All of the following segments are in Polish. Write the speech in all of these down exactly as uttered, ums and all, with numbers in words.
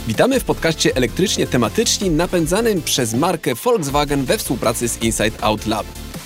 Witamy w podcaście Elektrycznie Tematyczni napędzanym przez markę Volkswagen we współpracy z Inside Out Lab.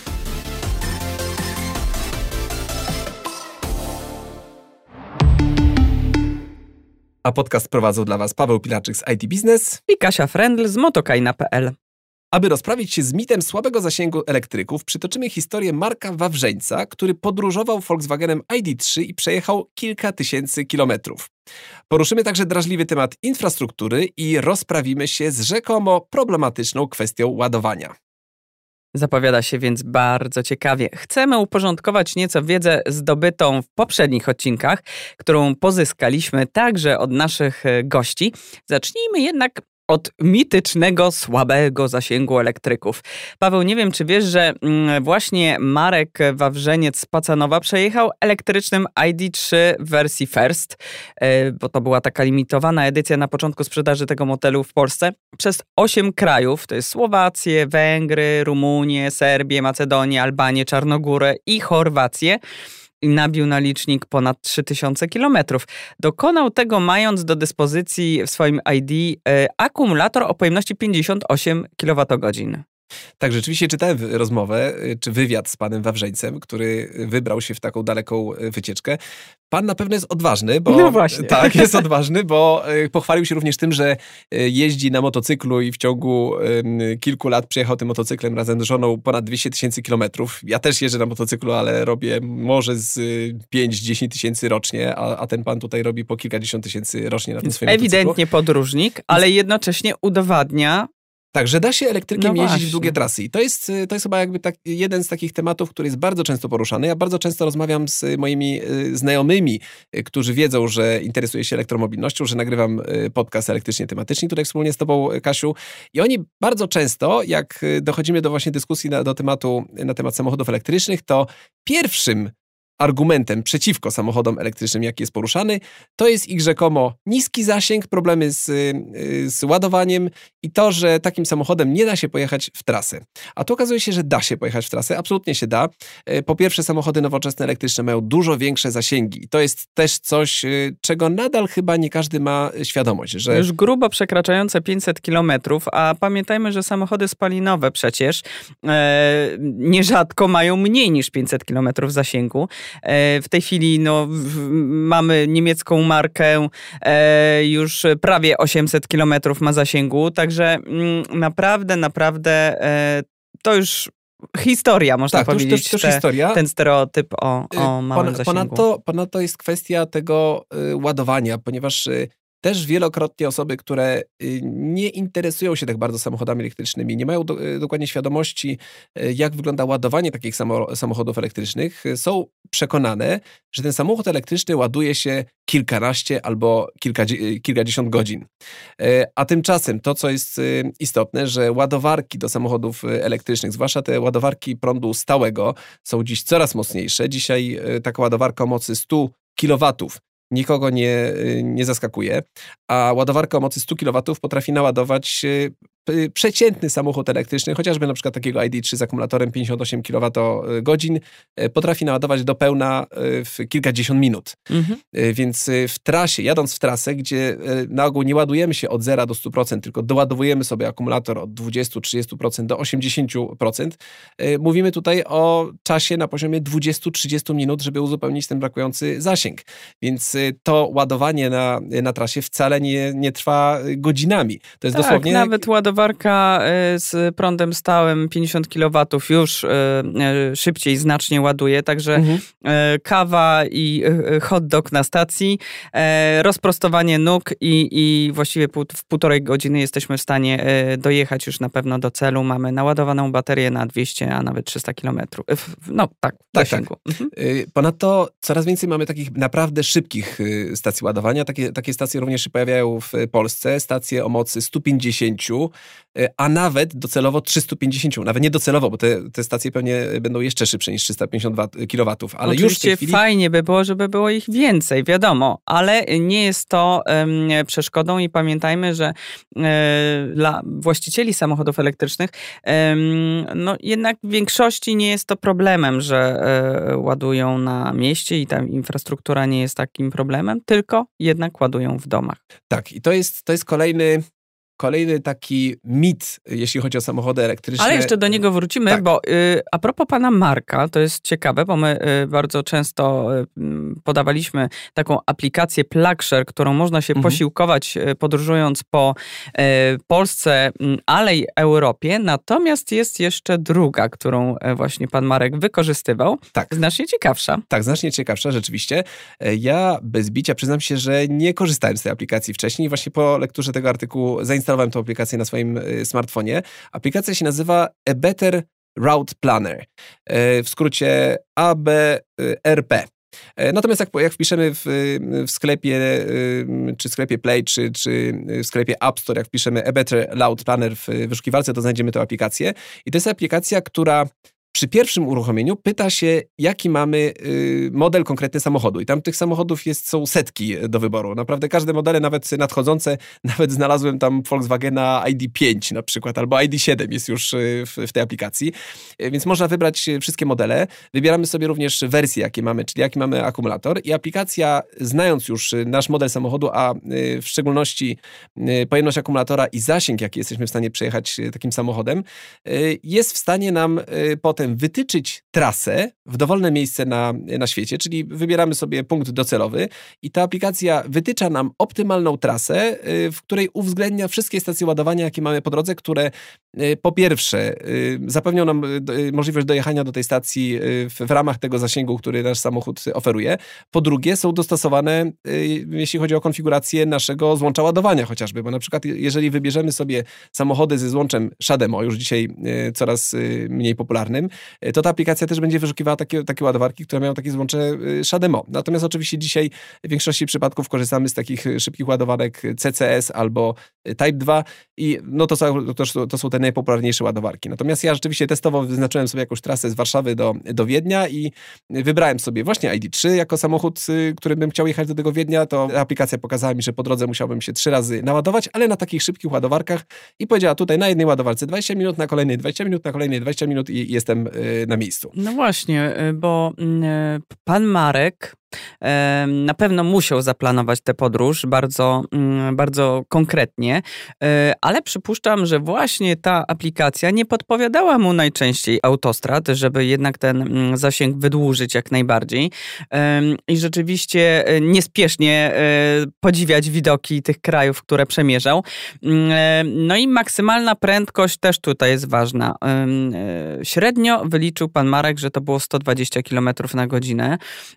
A podcast prowadzą dla Was Paweł Pilarczyk z I T Business i Kasia Frendl z motokajna kropka p l. Aby rozprawić się z mitem słabego zasięgu elektryków, przytoczymy historię Marka Wawrzeńca, który podróżował Volkswagenem I D trzy i przejechał kilka tysięcy kilometrów. Poruszymy także drażliwy temat infrastruktury i rozprawimy się z rzekomo problematyczną kwestią ładowania. Zapowiada się więc bardzo ciekawie. Chcemy uporządkować nieco wiedzę zdobytą w poprzednich odcinkach, którą pozyskaliśmy także od naszych gości. Zacznijmy jednak od mitycznego, słabego zasięgu elektryków. Paweł, nie wiem, czy wiesz, że właśnie Marek Wawrzeniec z Pacanowa przejechał elektrycznym I D trzy w wersji First, bo to była taka limitowana edycja na początku sprzedaży tego modelu w Polsce, przez osiem krajów, to jest Słowację, Węgry, Rumunię, Serbię, Macedonię, Albanię, Czarnogórę i Chorwację. I nabił na licznik ponad trzy tysiące kilometrów. Dokonał tego mając do dyspozycji w swoim I D e, akumulator o pojemności pięćdziesiąt osiem kilowatogodzin. Tak, rzeczywiście czytałem rozmowę, czy wywiad z panem Wawrzeńcem, który wybrał się w taką daleką wycieczkę. Pan na pewno jest odważny, bo... No właśnie. Tak, jest odważny, bo pochwalił się również tym, że jeździ na motocyklu i w ciągu kilku lat przejechał tym motocyklem razem z żoną ponad dwieście tysięcy kilometrów. Ja też jeżdżę na motocyklu, ale robię może z pięć do dziesięciu tysięcy rocznie, a, a ten pan tutaj robi po kilkadziesiąt tysięcy rocznie na tym swoim motocyklu. Ewidentnie podróżnik, ale jednocześnie udowadnia... Tak, że da się elektrykiem no jeździć właśnie. w długie trasy. I to jest, to jest chyba jakby tak, jeden z takich tematów, który jest bardzo często poruszany. Ja bardzo często rozmawiam z moimi znajomymi, którzy wiedzą, że interesuję się elektromobilnością, że nagrywam podcast elektrycznie tematyczny tutaj wspólnie z tobą, Kasiu. I oni bardzo często, jak dochodzimy do właśnie dyskusji na, do tematu, na temat samochodów elektrycznych, to pierwszym argumentem przeciwko samochodom elektrycznym, jaki jest poruszany, to jest ich rzekomo niski zasięg, problemy z, z ładowaniem i to, że takim samochodem nie da się pojechać w trasę. A tu okazuje się, że da się pojechać w trasę, absolutnie się da. Po pierwsze, samochody nowoczesne elektryczne mają dużo większe zasięgi i to jest też coś, czego nadal chyba nie każdy ma świadomość. Że... Już grubo przekraczające pięćset kilometrów, a pamiętajmy, że samochody spalinowe przecież e, nierzadko mają mniej niż pięćset kilometrów zasięgu. W tej chwili no, w, mamy niemiecką markę, e, już prawie osiemset kilometrów ma zasięgu, także m, naprawdę, naprawdę e, to już historia, można tak, powiedzieć, to już, to już te, historia. ten stereotyp o, o małym Pon, zasięgu. Ponadto, ponadto jest kwestia tego y, ładowania, ponieważ y, też wielokrotnie osoby, które nie interesują się tak bardzo samochodami elektrycznymi, nie mają do, dokładnie świadomości, jak wygląda ładowanie takich samo, samochodów elektrycznych, są przekonane, że ten samochód elektryczny ładuje się kilkanaście albo kilka, kilkadziesiąt godzin. A tymczasem to, co jest istotne, że ładowarki do samochodów elektrycznych, zwłaszcza te ładowarki prądu stałego, są dziś coraz mocniejsze. Dzisiaj taka ładowarka o mocy stu kilowatów nikogo nie, nie zaskakuje, a ładowarka o mocy stu kilowatów potrafi naładować przeciętny samochód elektryczny, chociażby na przykład takiego I D trzy z akumulatorem pięćdziesiąt osiem kilowatogodzin, potrafi naładować do pełna w kilkadziesiąt minut. Mhm. Więc w trasie, jadąc w trasę, gdzie na ogół nie ładujemy się od zera do stu procent, tylko doładowujemy sobie akumulator od dwudziestu do trzydziestu procent do osiemdziesięciu procent, mówimy tutaj o czasie na poziomie dwudziestu do trzydziestu minut, żeby uzupełnić ten brakujący zasięg. Więc to ładowanie na, na trasie wcale nie, nie trwa godzinami. To jest tak, dosłownie... nawet ładowarka z prądem stałym pięćdziesiąt kilowatów już szybciej znacznie ładuje, także mhm. kawa i hot dog na stacji, rozprostowanie nóg i, i właściwie pół, w półtorej godziny jesteśmy w stanie dojechać już na pewno do celu. Mamy naładowaną baterię na dwieście, a nawet trzysta kilometrów. No tak, tak, zasięgu. tak. Mhm. Ponadto coraz więcej mamy takich naprawdę szybkich stacji ładowania. Takie, takie stacje również się pojawiają w Polsce. Stacje o mocy stu pięćdziesięciu a nawet docelowo trzysta pięćdziesiąt, nawet nie docelowo, bo te, te stacje pewnie będą jeszcze szybsze niż trzysta pięćdziesiąt kilowatów, ale Oczywiście już w tej chwili... fajnie by było, żeby było ich więcej, wiadomo, ale nie jest to um, przeszkodą i pamiętajmy, że um, dla właścicieli samochodów elektrycznych um, no jednak w większości nie jest to problemem, że um, ładują na mieście i ta infrastruktura nie jest takim problemem, tylko jednak ładują w domach. Tak, i to jest, to jest kolejny... Kolejny taki mit, jeśli chodzi o samochody elektryczne. Ale jeszcze do niego wrócimy, tak. bo y, a propos pana Marka, to jest ciekawe, bo my y, bardzo często y, podawaliśmy taką aplikację PlugShare, którą można się mhm. posiłkować y, podróżując po y, Polsce, y, ale i Europie. Natomiast jest jeszcze druga, którą y, właśnie pan Marek wykorzystywał. Tak. Znacznie ciekawsza. Tak, znacznie ciekawsza, rzeczywiście. Ja bez bicia przyznam się, że nie korzystałem z tej aplikacji wcześniej. Właśnie po lekturze tego artykułu zainstalowałem tę aplikację na swoim smartfonie. Aplikacja się nazywa A Better Route Planner. W skrócie A B R P. Natomiast jak, jak wpiszemy w, w sklepie, czy sklepie Play, czy, czy w sklepie App Store, jak wpiszemy A Better Route Planner w wyszukiwarce, to znajdziemy tę aplikację. I to jest aplikacja, która przy pierwszym uruchomieniu pyta się, jaki mamy y, model konkretny samochodu. I tam tych samochodów jest, są setki do wyboru. Naprawdę każde modele, nawet nadchodzące, nawet znalazłem tam Volkswagena I D pięć na przykład, albo I D siedem jest już w, w tej aplikacji. Więc można wybrać wszystkie modele. Wybieramy sobie również wersje, jakie mamy, czyli jaki mamy akumulator. I aplikacja, znając już nasz model samochodu, a w szczególności pojemność akumulatora i zasięg, jaki jesteśmy w stanie przejechać takim samochodem, jest w stanie nam potem wytyczyć trasę w dowolne miejsce na, na świecie, czyli wybieramy sobie punkt docelowy i ta aplikacja wytycza nam optymalną trasę, w której uwzględnia wszystkie stacje ładowania, jakie mamy po drodze, które po pierwsze zapewnią nam możliwość dojechania do tej stacji w, w ramach tego zasięgu, który nasz samochód oferuje. Po drugie są dostosowane, jeśli chodzi o konfigurację naszego złącza ładowania chociażby, bo na przykład jeżeli wybierzemy sobie samochody ze złączem Shademo, już dzisiaj coraz mniej popularnym, to ta aplikacja też będzie wyszukiwała takie, takie ładowarki, które mają takie złącze Shademo. Natomiast oczywiście dzisiaj w większości przypadków korzystamy z takich szybkich ładowarek C C S albo Type dwa i no to są, to, to są te najpopularniejsze ładowarki. Natomiast ja rzeczywiście testowo wyznaczyłem sobie jakąś trasę z Warszawy do, do Wiednia i wybrałem sobie właśnie I D trzy jako samochód, którym bym chciał jechać do tego Wiednia. To aplikacja pokazała mi, że po drodze musiałbym się trzy razy naładować, ale na takich szybkich ładowarkach i powiedziała tutaj na jednej ładowarce dwadzieścia minut, na kolejnej dwadzieścia minut, na kolejnej dwadzieścia minut i jestem na miejscu. No właśnie, bo pan Marek na pewno musiał zaplanować tę podróż bardzo, bardzo konkretnie, ale przypuszczam, że właśnie ta aplikacja nie podpowiadała mu najczęściej autostrad, żeby jednak ten zasięg wydłużyć jak najbardziej i rzeczywiście niespiesznie podziwiać widoki tych krajów, które przemierzał. No i maksymalna prędkość też tutaj jest ważna. Średnio wyliczył pan Marek, że to było sto dwadzieścia kilometrów na godzinę,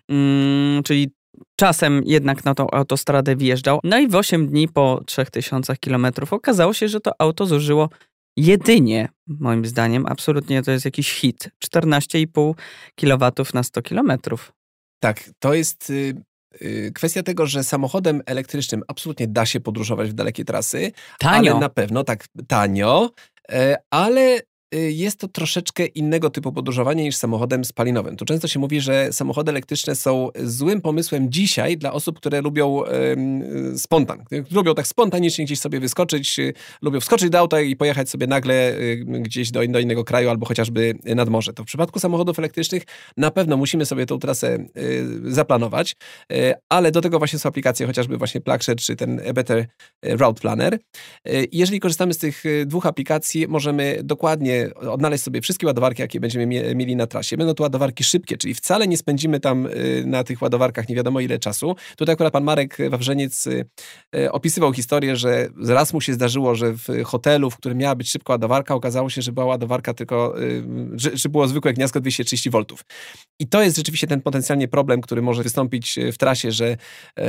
czyli czasem jednak na tą autostradę wjeżdżał. No i w osiem dni po trzech tysiącach kilometrów okazało się, że to auto zużyło jedynie, moim zdaniem, absolutnie to jest jakiś hit, czternaście i pół kilowatów na sto kilometrów. Tak, to jest y, y, kwestia tego, że samochodem elektrycznym absolutnie da się podróżować w dalekie trasy. Tanio. Ale na pewno, tak, tanio, y, ale jest to troszeczkę innego typu podróżowanie niż samochodem spalinowym. Tu często się mówi, że samochody elektryczne są złym pomysłem dzisiaj dla osób, które lubią y, spontan. Lubią tak spontanicznie gdzieś sobie wyskoczyć, y, lubią wskoczyć do auta i pojechać sobie nagle y, gdzieś do, do innego kraju albo chociażby nad morze. To w przypadku samochodów elektrycznych na pewno musimy sobie tą trasę y, zaplanować, y, ale do tego właśnie są aplikacje, chociażby właśnie PlugShare czy ten A Better Route Planner. Y, jeżeli korzystamy z tych dwóch aplikacji, możemy dokładnie odnaleźć sobie wszystkie ładowarki, jakie będziemy mieli na trasie. Będą to ładowarki szybkie, czyli wcale nie spędzimy tam na tych ładowarkach nie wiadomo ile czasu. Tutaj akurat pan Marek Wawrzeniec opisywał historię, że raz mu się zdarzyło, że w hotelu, w którym miała być szybka ładowarka, okazało się, że była ładowarka tylko, że, że było zwykłe gniazdko dwieście trzydzieści woltów. I to jest rzeczywiście ten potencjalnie problem, który może wystąpić w trasie, że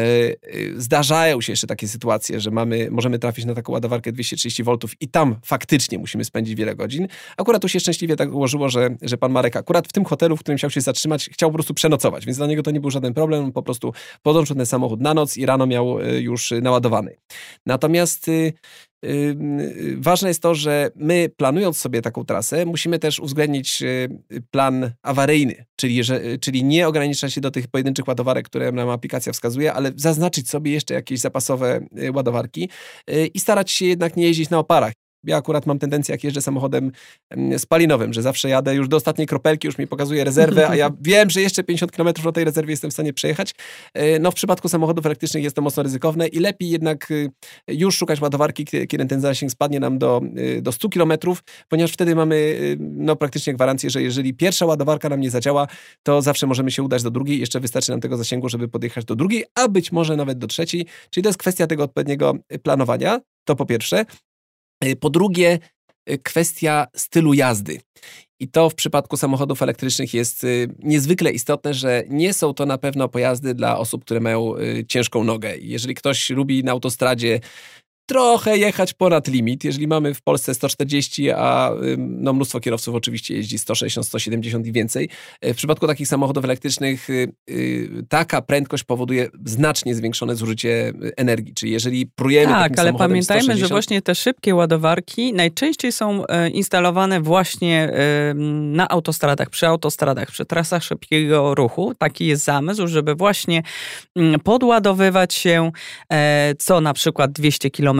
zdarzają się jeszcze takie sytuacje, że mamy, możemy trafić na taką ładowarkę dwieście trzydzieści woltów i tam faktycznie musimy spędzić wiele godzin. Akurat tu się szczęśliwie tak ułożyło, że, że pan Marek akurat w tym hotelu, w którym chciał się zatrzymać, chciał po prostu przenocować, więc dla niego to nie był żaden problem, po prostu podłączył ten samochód na noc i rano miał już naładowany. Natomiast y, y, y, ważne jest to, że my planując sobie taką trasę, musimy też uwzględnić y, plan awaryjny, czyli, że, czyli nie ograniczać się do tych pojedynczych ładowarek, które nam aplikacja wskazuje, ale zaznaczyć sobie jeszcze jakieś zapasowe y, ładowarki y, i starać się jednak nie jeździć na oparach. Ja akurat mam tendencję, jak jeżdżę samochodem spalinowym, że zawsze jadę już do ostatniej kropelki, już mi pokazuje rezerwę, a ja wiem, że jeszcze pięćdziesiąt kilometrów na tej rezerwie jestem w stanie przejechać. No w przypadku samochodów elektrycznych jest to mocno ryzykowne i lepiej jednak już szukać ładowarki, kiedy ten zasięg spadnie nam do, do stu kilometrów, ponieważ wtedy mamy no, praktycznie gwarancję, że jeżeli pierwsza ładowarka nam nie zadziała, to zawsze możemy się udać do drugiej, jeszcze wystarczy nam tego zasięgu, żeby podjechać do drugiej, a być może nawet do trzeciej, czyli to jest kwestia tego odpowiedniego planowania, to po pierwsze. Po drugie, kwestia stylu jazdy. I to w przypadku samochodów elektrycznych jest niezwykle istotne, że nie są to na pewno pojazdy dla osób, które mają ciężką nogę. Jeżeli ktoś lubi na autostradzie trochę jechać ponad limit, jeżeli mamy w Polsce sto czterdzieści, a no, mnóstwo kierowców oczywiście jeździ sto sześćdziesiąt, sto siedemdziesiąt i więcej. W przypadku takich samochodów elektrycznych taka prędkość powoduje znacznie zwiększone zużycie energii, czyli jeżeli prujemy tak, takim ale samochodem pamiętajmy, sto sześćdziesiąt... że właśnie te szybkie ładowarki najczęściej są instalowane właśnie na autostradach, przy autostradach, przy trasach szybkiego ruchu. Taki jest zamysł, żeby właśnie podładowywać się co na przykład dwieście kilometrów.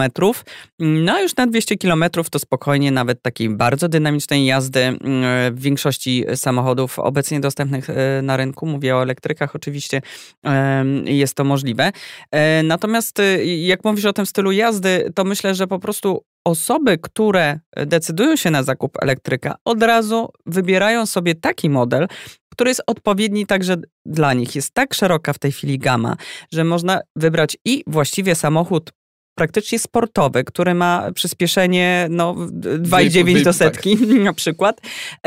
No już na dwieście kilometrów to spokojnie nawet takiej bardzo dynamicznej jazdy w większości samochodów obecnie dostępnych na rynku, mówię o elektrykach oczywiście, jest to możliwe. Natomiast jak mówisz o tym stylu jazdy, to myślę, że po prostu osoby, które decydują się na zakup elektryka, od razu wybierają sobie taki model, który jest odpowiedni także dla nich. Jest tak szeroka w tej chwili gama, że można wybrać i właściwie samochód praktycznie sportowy, który ma przyspieszenie no, dwa i dziewięć do setki tak. na przykład,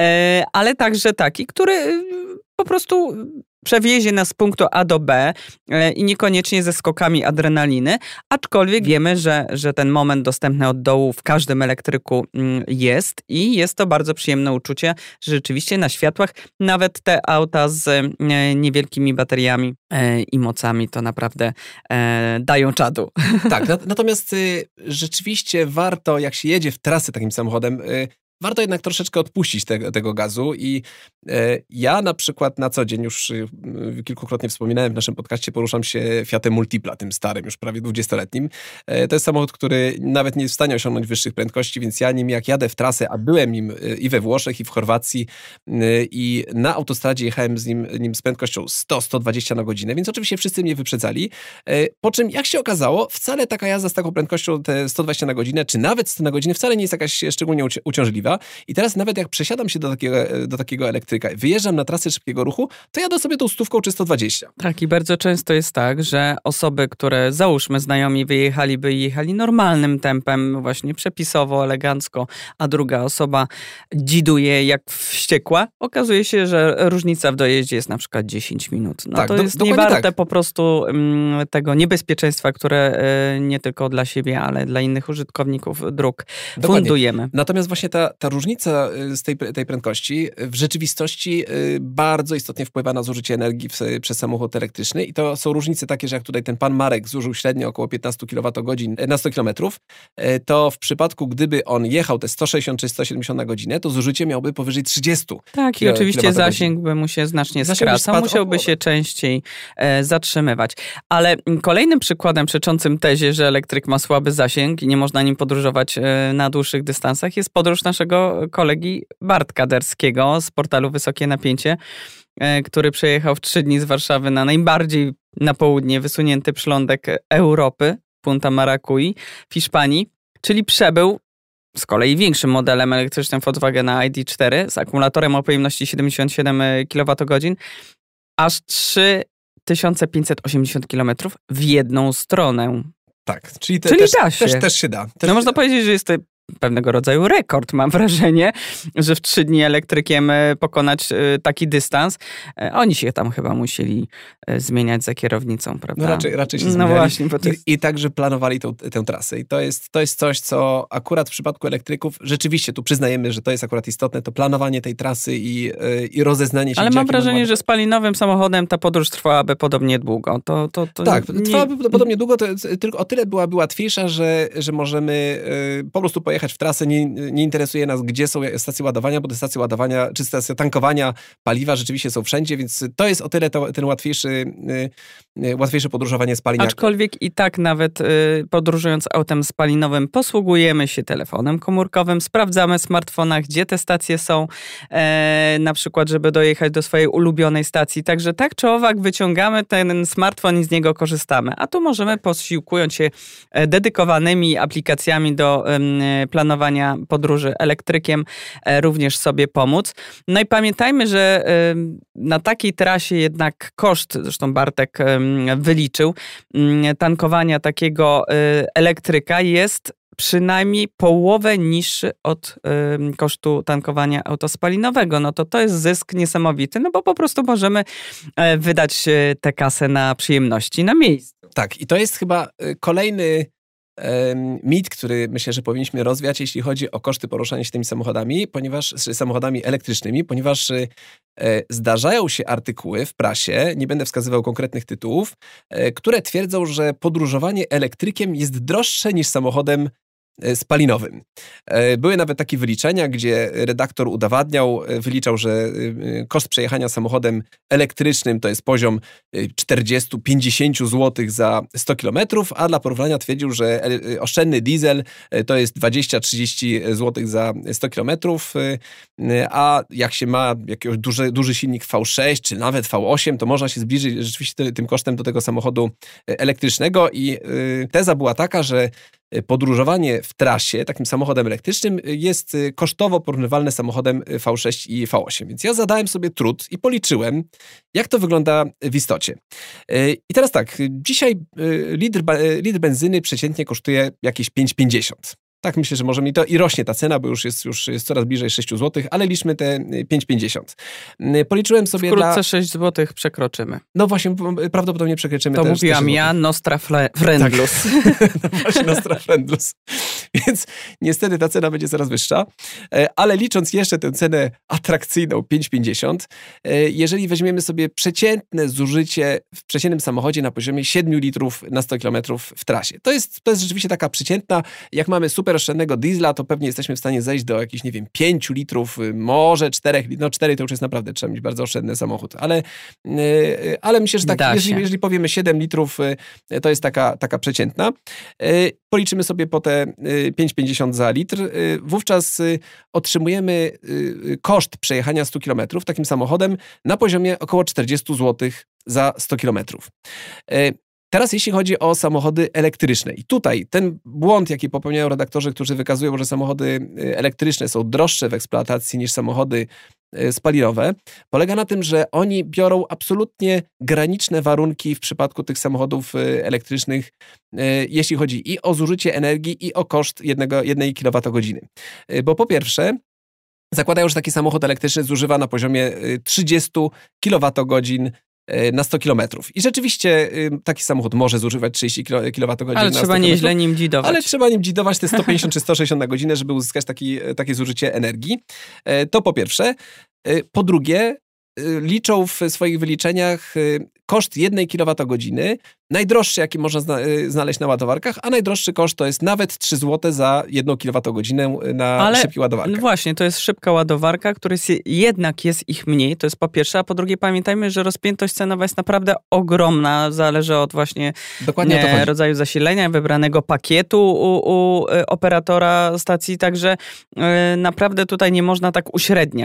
ale także taki, który po prostu przewiezie nas z punktu A do B i niekoniecznie ze skokami adrenaliny, aczkolwiek wiemy, że, że ten moment dostępny od dołu w każdym elektryku jest i jest to bardzo przyjemne uczucie, że rzeczywiście na światłach nawet te auta z niewielkimi bateriami i mocami to naprawdę dają czadu. Tak, natomiast rzeczywiście warto, jak się jedzie w trasy takim samochodem, warto jednak troszeczkę odpuścić te, tego gazu i e, ja na przykład na co dzień już y, kilkukrotnie wspominałem w naszym podcaście, poruszam się Fiatem Multipla, tym starym, już prawie dwudziestoletnim. E, to jest samochód, który nawet nie jest w stanie osiągnąć wyższych prędkości, więc ja nim jak jadę w trasę, a byłem nim y, i we Włoszech, i w Chorwacji y, i na autostradzie jechałem z nim, nim z prędkością sto do stu dwudziestu na godzinę, więc oczywiście wszyscy mnie wyprzedzali. E, po czym, jak się okazało, wcale taka jazda z taką prędkością te sto dwadzieścia na godzinę, czy nawet sto na godzinę wcale nie jest jakaś szczególnie uci- uciążliwa. I teraz nawet jak przesiadam się do takiego, do takiego elektryka, wyjeżdżam na trasę szybkiego ruchu, to jadę sobie tą stówką czy sto dwadzieścia. Tak i bardzo często jest tak, że osoby, które załóżmy znajomi wyjechaliby i jechali normalnym tempem, właśnie przepisowo, elegancko, a druga osoba dziduje jak wściekła, okazuje się, że różnica w dojeździe jest na przykład dziesięć minut. No tak, to do, jest nie warte tak. po prostu um, tego niebezpieczeństwa, które y, nie tylko dla siebie, ale dla innych użytkowników dróg Dokładnie. fundujemy. Natomiast właśnie ta, ta różnica z tej, tej prędkości w rzeczywistości bardzo istotnie wpływa na zużycie energii w, przez samochód elektryczny i to są różnice takie, że jak tutaj ten pan Marek zużył średnio około piętnaście kilowatogodzin na sto kilometrów, to w przypadku, gdyby on jechał te sto sześćdziesiąt czy sto siedemdziesiąt na godzinę, to zużycie miałby powyżej trzydziestu. Tak, i oczywiście zasięg by mu się znacznie skracał, musiałby się częściej e, zatrzymywać. Ale kolejnym przykładem przeczącym tezie, że elektryk ma słaby zasięg i nie można nim podróżować e, na dłuższych dystansach, jest podróż naszego kolegi Bartka Derskiego z portalu Wysokie Napięcie, e, który przejechał w trzy dni z Warszawy na najbardziej na południe wysunięty przylądek Europy, Punta Maracui w Hiszpanii, czyli przebył z kolei większym modelem elektrycznym Volkswagena I D cztery z akumulatorem o pojemności siedemdziesiąt siedem kilowatogodzin, aż trzy tysiące pięćset osiemdziesiąt kilometrów w jedną stronę. Tak, czyli, te, czyli też, da się. Też, też się da. Też no się można da. powiedzieć, że jest to pewnego rodzaju rekord, mam wrażenie, że w trzy dni elektrykiem pokonać taki dystans. Oni się tam chyba musieli zmieniać za kierownicą, prawda? No raczej, raczej się no zmieniali. Właśnie, bo to jest... I, I także planowali tą, tę trasę. I to jest, to jest coś, co akurat w przypadku elektryków, rzeczywiście tu przyznajemy, że to jest akurat istotne, to planowanie tej trasy i, i rozeznanie się. Ale mam wrażenie, że z palinowym samochodem ta podróż trwałaby podobnie długo. To, to, to tak, nie... trwałaby podobnie długo, to tylko o tyle byłaby łatwiejsza, że, że możemy po prostu pojechać w trasę, nie, nie interesuje nas, gdzie są stacje ładowania, bo te stacje ładowania, czy stacje tankowania paliwa rzeczywiście są wszędzie, więc to jest o tyle to, ten łatwiejszy, łatwiejsze podróżowanie spaliniakiem. Aczkolwiek i tak nawet podróżując autem spalinowym posługujemy się telefonem komórkowym, sprawdzamy w smartfonach, gdzie te stacje są, e, na przykład, żeby dojechać do swojej ulubionej stacji. Także tak czy owak wyciągamy ten smartfon i z niego korzystamy. A tu możemy, posiłkując się dedykowanymi aplikacjami do e, planowania podróży elektrykiem, e, również sobie pomóc. No i pamiętajmy, że e, na takiej trasie jednak koszt, zresztą Bartek e, wyliczył, e, tankowania takiego e, elektryka jest przynajmniej połowę niższy od y, kosztu tankowania auta spalinowego. No to to jest zysk niesamowity, no bo po prostu możemy y, wydać y, tę kasę na przyjemności na miejscu. Tak, i to jest chyba y, kolejny y, mit, który myślę, że powinniśmy rozwiać, jeśli chodzi o koszty poruszania się tymi samochodami, ponieważ samochodami elektrycznymi, ponieważ y, y, zdarzają się artykuły w prasie, nie będę wskazywał konkretnych tytułów, y, które twierdzą, że podróżowanie elektrykiem jest droższe niż samochodem spalinowym. Były nawet takie wyliczenia, gdzie redaktor udowadniał, wyliczał, że koszt przejechania samochodem elektrycznym to jest poziom czterdzieści do pięćdziesięciu złotych za sto kilometrów, a dla porównania twierdził, że oszczędny diesel to jest dwadzieścia do trzydziestu złotych za sto kilometrów, a jak się ma jakiś duży, duży silnik V sześć czy nawet V osiem, to można się zbliżyć rzeczywiście tym kosztem do tego samochodu elektrycznego i teza była taka, że podróżowanie w trasie takim samochodem elektrycznym jest kosztowo porównywalne z samochodem V sześć i V osiem. Więc ja zadałem sobie trud i policzyłem, jak to wygląda w istocie. I teraz tak, dzisiaj litr, litr benzyny przeciętnie kosztuje jakieś pięć pięćdziesiąt. Tak myślę, że może mi to i rośnie ta cena, bo już jest, już jest coraz bliżej sześć złotych, ale liczmy te pięć pięćdziesiąt. Policzyłem sobie Wkrótce dla... sześć złotych przekroczymy. No właśnie, prawdopodobnie przekroczymy to te mówiłam ja, Nostra Friendlus. Tak. No właśnie, Nostra Friendlus. Więc niestety ta cena będzie coraz wyższa, ale licząc jeszcze tę cenę atrakcyjną pięć pięćdziesiąt, jeżeli weźmiemy sobie przeciętne zużycie w przeciętnym samochodzie na poziomie siedmiu litrów na sto kilometrów w trasie. To jest, to jest rzeczywiście taka przeciętna, jak mamy super oszczędnego diesla, to pewnie jesteśmy w stanie zejść do jakichś, nie wiem, pięciu litrów, może czterech, no cztery to już jest naprawdę, trzeba mieć bardzo oszczędny samochód, ale, ale myślę, że tak, jeżeli, jeżeli powiemy siedem litrów, to jest taka, taka przeciętna. Policzymy sobie po te pięć pięćdziesiąt za litr, wówczas otrzymujemy koszt przejechania stu kilometrów takim samochodem na poziomie około czterdzieści złotych za sto kilometrów. Teraz jeśli chodzi o samochody elektryczne i tutaj ten błąd, jaki popełniają redaktorzy, którzy wykazują, że samochody elektryczne są droższe w eksploatacji niż samochody spalinowe, polega na tym, że oni biorą absolutnie graniczne warunki w przypadku tych samochodów elektrycznych, jeśli chodzi i o zużycie energii, i o koszt jednego, jednej kilowatogodziny. Bo po pierwsze, zakładają, że taki samochód elektryczny zużywa na poziomie trzydziestu kilowatogodzin na sto kilometrów. I rzeczywiście taki samochód może zużywać trzydzieści kilowatogodzin ale na trzeba nieźle nim dzidować. Ale trzeba nim dzidować te sto pięćdziesiąt czy sto sześćdziesiąt na godzinę, żeby uzyskać taki, takie zużycie energii. To po pierwsze. Po drugie, liczą w swoich wyliczeniach koszt jednej kilowatogodziny, najdroższy, jaki można zna- znaleźć na ładowarkach, a najdroższy koszt to jest nawet trzy złote za jedną kilowatogodzinę na ale szybkich ładowarkach. No właśnie, to jest szybka ładowarka, która jest, jednak jest ich mniej, to jest po pierwsze, a po drugie pamiętajmy, że rozpiętość cenowa jest naprawdę ogromna, zależy od właśnie Dokładnie o to chodzi. rodzaju zasilenia, wybranego pakietu u, u operatora stacji, także yy, naprawdę tutaj nie można tak uśredniać.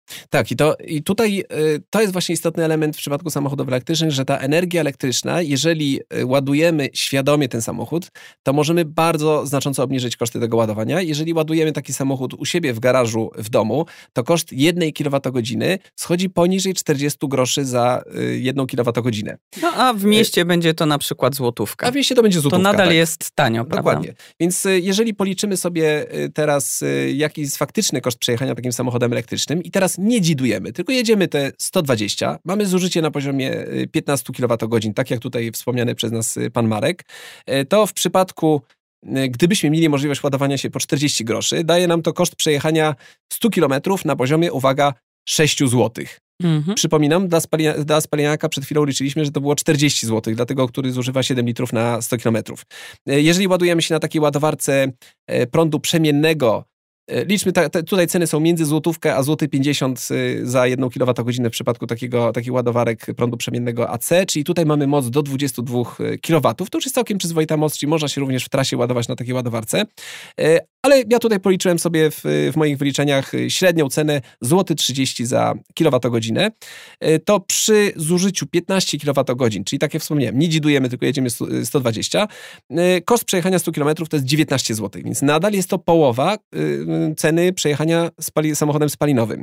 Tak, i, to, i tutaj y, to jest właśnie istotny element w przypadku samochodów elektrycznych, że ta energia elektryczna, jeżeli y, ładujemy świadomie ten samochód, to możemy bardzo znacząco obniżyć koszty tego ładowania. Jeżeli ładujemy taki samochód u siebie w garażu, w domu, to koszt jednej kilowatogodziny schodzi poniżej czterdzieści groszy za y, jedną kilowatogodzinę. No a w mieście y, będzie to na przykład złotówka. A w mieście to będzie złotówka. To nadal tak. jest tanio, prawda? Dokładnie. Więc y, jeżeli policzymy sobie y, teraz y, jaki jest faktyczny koszt przejechania takim samochodem elektrycznym i teraz nie dzidujemy, tylko jedziemy te sto dwadzieścia, mamy zużycie na poziomie piętnaście kilowatogodzin, tak jak tutaj wspomniany przez nas pan Marek, to w przypadku, gdybyśmy mieli możliwość ładowania się po czterdzieści groszy, daje nam to koszt przejechania stu kilometrów na poziomie, uwaga, sześć złotych. Mhm. Przypominam, dla, spalina, dla spaliniaka przed chwilą liczyliśmy, że to było czterdzieści złotych, dla tego, który zużywa siedem litrów na sto kilometrów. Jeżeli ładujemy się na takiej ładowarce prądu przemiennego, liczmy, ta, ta, tutaj ceny są między złotówkę a złoty pięćdziesiąt za jedną kilowatogodzinę w przypadku takiego, takich ładowarek prądu przemiennego A C, czyli tutaj mamy moc do dwudziestu dwóch kilowatów. To już jest całkiem przyzwoita moc, czyli można się również w trasie ładować na takiej ładowarce. Ale ja tutaj policzyłem sobie w, w moich wyliczeniach średnią cenę złoty trzydzieści za kilowatogodzinę. To przy zużyciu piętnaście kilowatogodzin, czyli tak jak wspomniałem, nie dzidujemy, tylko jedziemy sto dwadzieścia. Koszt przejechania stu kilometrów to jest dziewiętnaście złotych, więc nadal jest to połowa ceny przejechania spali- samochodem spalinowym.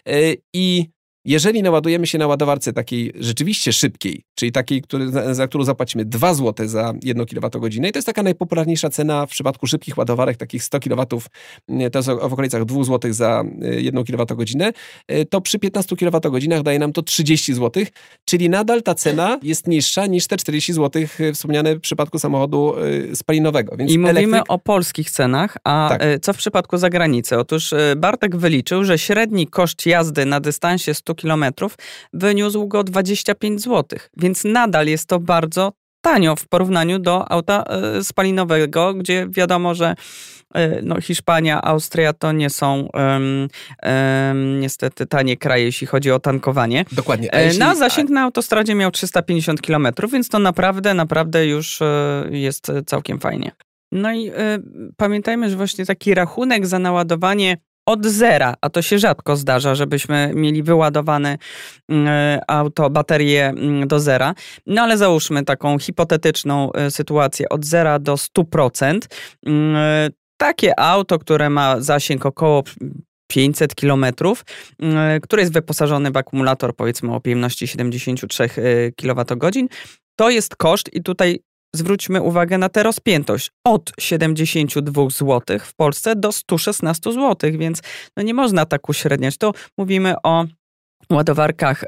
I jeżeli naładujemy się na ładowarce takiej rzeczywiście szybkiej, czyli takiej, który, za, za którą zapłacimy dwa złote za jedną kilowatogodzinę, i to jest taka najpopularniejsza cena w przypadku szybkich ładowarek, takich sto kilowatów, to jest w okolicach dwóch złotych za jedną kilowatogodzinę, to przy piętnastu kilowatogodzinach daje nam to trzydzieści złotych, czyli nadal ta cena jest niższa niż te czterdzieści złotych wspomniane w przypadku samochodu spalinowego. Więc I mówimy elektryk... o polskich cenach, a tak. Co w przypadku zagranicy? Otóż Bartek wyliczył, że średni koszt jazdy na dystansie stu kilometrów wyniósł go dwadzieścia pięć złotych, więc nadal jest to bardzo tanio w porównaniu do auta y, spalinowego, gdzie wiadomo, że y, no, Hiszpania, Austria to nie są um, um, niestety tanie kraje, jeśli chodzi o tankowanie. Dokładnie. A jeśli... Na zasięg na autostradzie miał trzysta pięćdziesiąt kilometrów, więc to naprawdę, naprawdę już y, jest całkiem fajnie. No i y, pamiętajmy, że właśnie taki rachunek za naładowanie od zera, a to się rzadko zdarza, żebyśmy mieli wyładowane y, auto, baterie y, do zera. No ale załóżmy taką hipotetyczną y, sytuację od zera do stu procent. Y, takie auto, które ma zasięg około pięćset kilometrów, y, które jest wyposażone w akumulator powiedzmy o pojemności siedemdziesiąt trzy kilowatogodzin, to jest koszt i tutaj zwróćmy uwagę na tę rozpiętość. Od siedemdziesięciu dwóch złotych w Polsce do stu szesnastu złotych, więc no nie można tak uśredniać. To mówimy o ładowarkach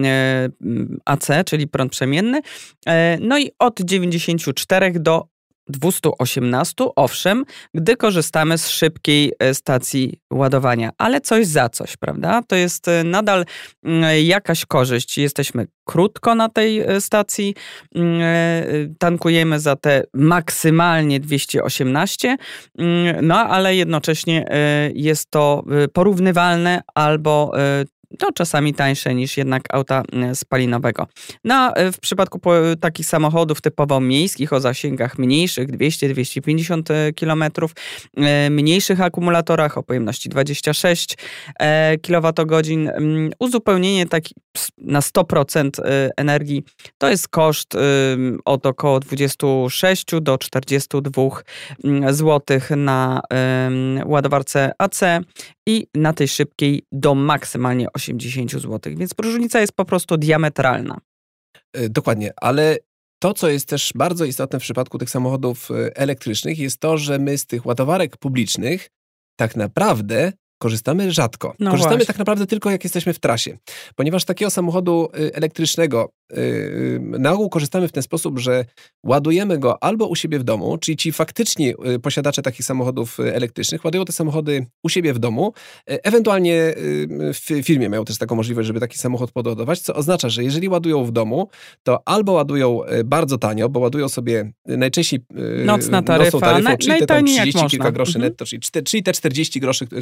A C, czyli prąd przemienny. No i od dziewięćdziesięciu czterech do dwustu osiemnastu, owszem, gdy korzystamy z szybkiej stacji ładowania, ale coś za coś, prawda? To jest nadal jakaś korzyść. Jesteśmy krótko na tej stacji, tankujemy za te maksymalnie dwieście osiemnaście, no ale jednocześnie jest to porównywalne albo to czasami tańsze niż jednak auta spalinowego. No, w przypadku takich samochodów typowo miejskich o zasięgach mniejszych, dwieście do dwustu pięćdziesięciu kilometrów, mniejszych akumulatorach o pojemności dwadzieścia sześć kilowatogodzin, uzupełnienie taki na sto procent energii to jest koszt od około dwudziestu sześciu do czterdziestu dwóch złotych na ładowarce A C i na tej szybkiej do maksymalnie osiemdziesięciu złotych, więc różnica jest po prostu diametralna. Dokładnie, ale to, co jest też bardzo istotne w przypadku tych samochodów elektrycznych, jest to, że my z tych ładowarek publicznych tak naprawdę korzystamy rzadko. No korzystamy właśnie. tak naprawdę tylko jak jesteśmy w trasie. Ponieważ takiego samochodu elektrycznego yy, na ogół korzystamy w ten sposób, że ładujemy go albo u siebie w domu, czyli ci faktyczni posiadacze takich samochodów elektrycznych ładują te samochody u siebie w domu. Ewentualnie w firmie mają też taką możliwość, żeby taki samochód podładować, co oznacza, że jeżeli ładują w domu, to albo ładują bardzo tanio, bo ładują sobie najczęściej nocna taryfa, nocną taryfą, na, czyli te tam trzydzieści kilka kilka groszy mhm. netto, czyli, czyli te czterdzieści groszy wspomniane przez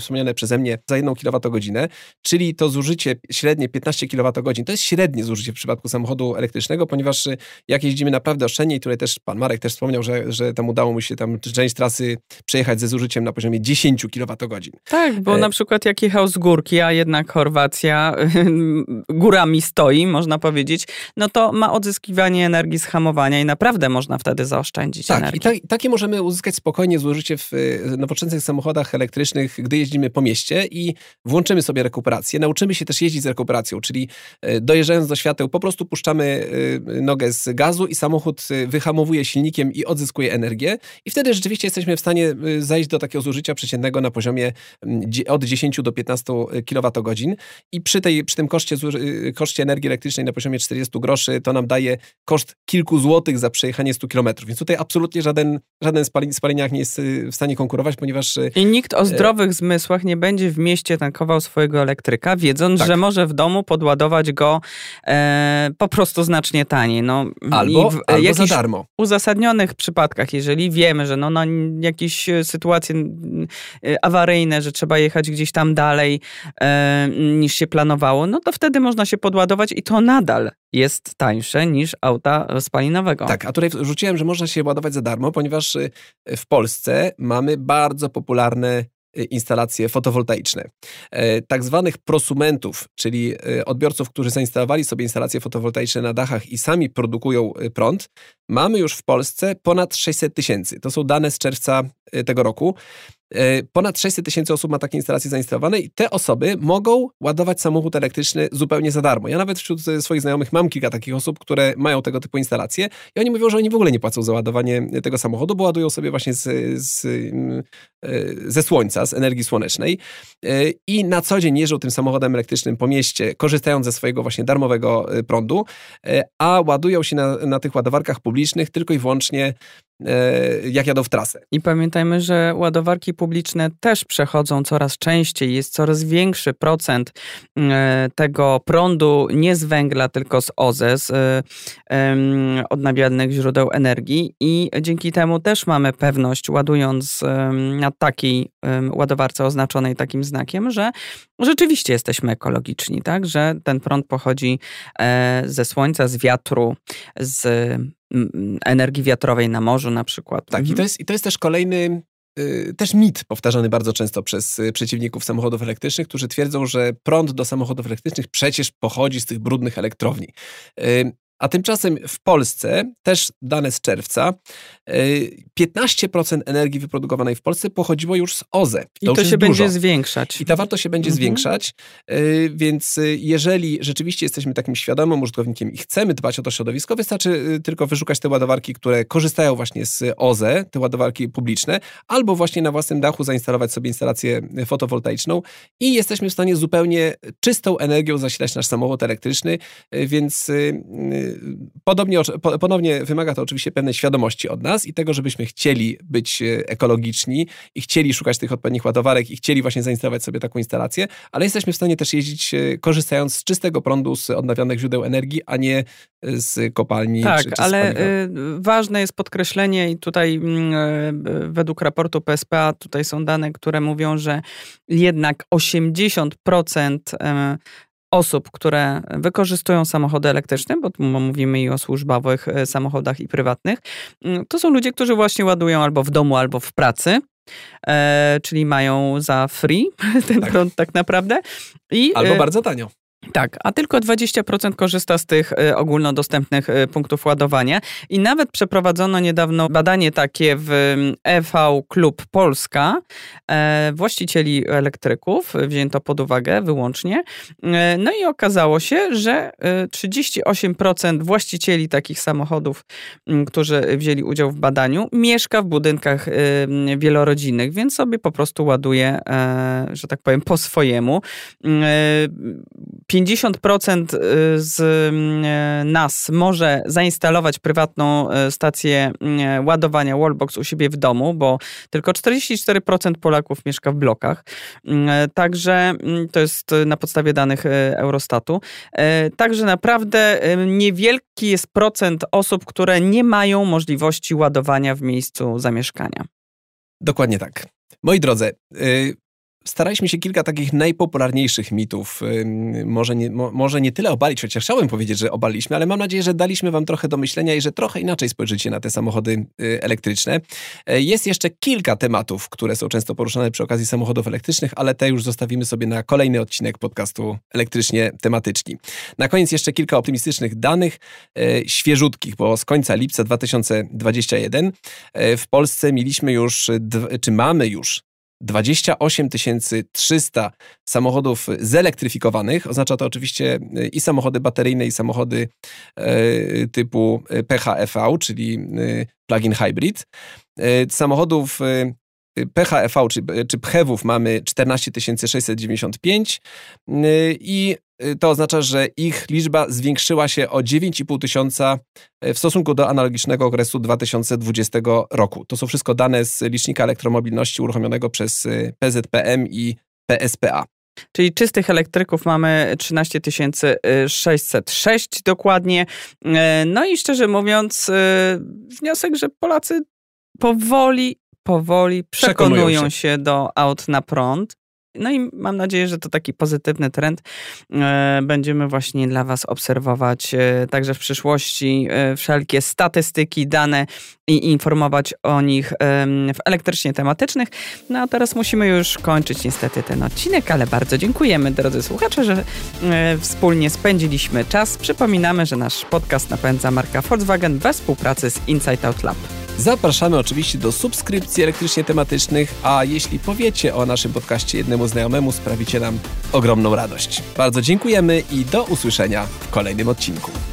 przeze mnie za jedną kilowatogodzinę, czyli to zużycie średnie piętnaście kilowatogodzin, to jest średnie zużycie w przypadku samochodu elektrycznego, ponieważ jak jeździmy naprawdę oszczędnie i tutaj też pan Marek też wspomniał, że, że tam udało mu się tam część trasy przejechać ze zużyciem na poziomie dziesięć kilowatogodzin. Tak, bo e... na przykład jak jechał z górki, a jednak Chorwacja górami stoi, można powiedzieć, no to ma odzyskiwanie energii z hamowania i naprawdę można wtedy zaoszczędzić tak, energię. I tak, takie możemy uzyskać spokojnie zużycie w nowoczesnych samochodach elektrycznych, gdy jeździmy po mieście i włączymy sobie rekuperację. Nauczymy się też jeździć z rekuperacją, czyli dojeżdżając do świateł po prostu puszczamy nogę z gazu i samochód wyhamowuje silnikiem i odzyskuje energię i wtedy rzeczywiście jesteśmy w stanie zajść do takiego zużycia przeciętnego na poziomie od dziesięć do piętnastu kilowatogodzin i przy, tej, przy tym koszcie, koszcie energii elektrycznej na poziomie czterdzieści groszy to nam daje koszt kilku złotych za przejechanie stu kilometrów. Więc tutaj absolutnie żaden, żaden spaliniak nie jest w stanie konkurować, ponieważ... I nikt o zdrowych zmysłach nie będzie w mieście tankował swojego elektryka, wiedząc, tak. że może w domu podładować go e, po prostu znacznie taniej. No, albo w albo za darmo. uzasadnionych przypadkach, jeżeli wiemy, że no, no, jakieś sytuacje awaryjne, że trzeba jechać gdzieś tam dalej e, niż się planowało, no to wtedy można się podładować i to nadal jest tańsze niż auta spalinowego. Tak, a tutaj rzuciłem, że można się ładować za darmo, ponieważ w Polsce mamy bardzo popularne instalacje fotowoltaiczne. Tak zwanych prosumentów, czyli odbiorców, którzy zainstalowali sobie instalacje fotowoltaiczne na dachach i sami produkują prąd, mamy już w Polsce ponad sześćset tysięcy. To są dane z czerwca tego roku. Ponad sześćset tysięcy osób ma takie instalacje zainstalowane i te osoby mogą ładować samochód elektryczny zupełnie za darmo. Ja nawet wśród swoich znajomych mam kilka takich osób, które mają tego typu instalacje i oni mówią, że oni w ogóle nie płacą za ładowanie tego samochodu, bo ładują sobie właśnie z, z, ze słońca, z energii słonecznej i na co dzień jeżdżą tym samochodem elektrycznym po mieście, korzystając ze swojego właśnie darmowego prądu, a ładują się na, na tych ładowarkach publicznych tylko i wyłącznie jak jadą w trasę. I pamiętajmy, że ładowarki publiczne też przechodzą coraz częściej. Jest coraz większy procent tego prądu nie z węgla, tylko z O Z E, z odnawialnych źródeł energii i dzięki temu też mamy pewność, ładując na takiej ładowarce oznaczonej takim znakiem, że rzeczywiście jesteśmy ekologiczni, tak? Że ten prąd pochodzi ze słońca, z wiatru, z energii wiatrowej na morzu na przykład. Tak, mhm. i, to jest, i to jest też kolejny y, też mit powtarzany bardzo często przez y, przeciwników samochodów elektrycznych, którzy twierdzą, że prąd do samochodów elektrycznych przecież pochodzi z tych brudnych elektrowni. Y, A tymczasem w Polsce, też dane z czerwca, piętnaście procent energii wyprodukowanej w Polsce pochodziło już z O Z E. To I to się dużo. będzie zwiększać. I ta wartość się będzie mhm. zwiększać, więc jeżeli rzeczywiście jesteśmy takim świadomym użytkownikiem i chcemy dbać o to środowisko, wystarczy tylko wyszukać te ładowarki, które korzystają właśnie z O Z E, te ładowarki publiczne, albo właśnie na własnym dachu zainstalować sobie instalację fotowoltaiczną i jesteśmy w stanie zupełnie czystą energią zasilać nasz samochód elektryczny, więc Podobnie, ponownie wymaga to oczywiście pewnej świadomości od nas i tego, żebyśmy chcieli być ekologiczni i chcieli szukać tych odpowiednich ładowarek i chcieli właśnie zainstalować sobie taką instalację, ale jesteśmy w stanie też jeździć korzystając z czystego prądu, z odnawialnych źródeł energii, a nie z kopalni. Tak, czy, czy ale ważne jest podkreślenie i tutaj według raportu P S P A tutaj są dane, które mówią, że jednak osiemdziesiąt procent osób, które wykorzystują samochody elektryczne, bo tu mówimy i o służbowych samochodach i prywatnych, to są ludzie, którzy właśnie ładują albo w domu, albo w pracy, e, czyli mają za free ten tak. prąd tak naprawdę. I, albo bardzo tanio. Tak, a tylko dwadzieścia procent korzysta z tych y, ogólnodostępnych y, punktów ładowania i nawet przeprowadzono niedawno badanie takie w E V Klub Polska. E, właścicieli elektryków wzięto pod uwagę wyłącznie. E, no i okazało się, że y, trzydzieści osiem procent właścicieli takich samochodów, y, którzy wzięli udział w badaniu, mieszka w budynkach y, wielorodzinnych, więc sobie po prostu ładuje, e, że tak powiem, po swojemu. E, pięćdziesiąt procent z nas może zainstalować prywatną stację ładowania Wallbox u siebie w domu, bo tylko czterdzieści cztery procent Polaków mieszka w blokach. Także to jest na podstawie danych Eurostatu. Także naprawdę niewielki jest procent osób, które nie mają możliwości ładowania w miejscu zamieszkania. Dokładnie tak. Moi drodzy, staraliśmy się kilka takich najpopularniejszych mitów, może nie, mo, może nie tyle obalić, chociaż chciałbym powiedzieć, że obaliliśmy, ale mam nadzieję, że daliśmy wam trochę do myślenia i że trochę inaczej spojrzycie na te samochody elektryczne. Jest jeszcze kilka tematów, które są często poruszane przy okazji samochodów elektrycznych, ale te już zostawimy sobie na kolejny odcinek podcastu Elektrycznie Tematyczni. Na koniec jeszcze kilka optymistycznych danych, świeżutkich, bo z końca lipca dwa tysiące dwudziestego pierwszego w Polsce mieliśmy już, czy mamy już dwadzieścia osiem tysięcy trzysta samochodów zelektryfikowanych. Oznacza to oczywiście i samochody bateryjne, i samochody e, typu P H E V, czyli plug-in hybrid. E, samochodów P H E V, czy, czy P H E V-ów mamy czternaście tysięcy sześćset dziewięćdziesiąt pięć e, i to oznacza, że ich liczba zwiększyła się o dziewięć i pół tysiąca w stosunku do analogicznego okresu dwa tysiące dwudziestego roku. To są wszystko dane z licznika elektromobilności uruchomionego przez P Z P M i P S P A. Czyli czystych elektryków mamy trzynaście tysięcy sześćset sześć dokładnie. No i szczerze mówiąc, wniosek, że Polacy powoli, powoli przekonują, przekonują się. się do aut na prąd. No i mam nadzieję, że to taki pozytywny trend e, będziemy właśnie dla was obserwować e, także w przyszłości e, wszelkie statystyki, dane i informować o nich e, w elektrycznie tematycznych. No a teraz musimy już kończyć niestety ten odcinek, ale bardzo dziękujemy, drodzy słuchacze, że e, wspólnie spędziliśmy czas. Przypominamy, że nasz podcast napędza marka Volkswagen we współpracy z Inside Out Lab. Zapraszamy oczywiście do subskrypcji elektrycznie tematycznych, a jeśli powiecie o naszym podcaście jednemu znajomemu, sprawicie nam ogromną radość. Bardzo dziękujemy i do usłyszenia w kolejnym odcinku.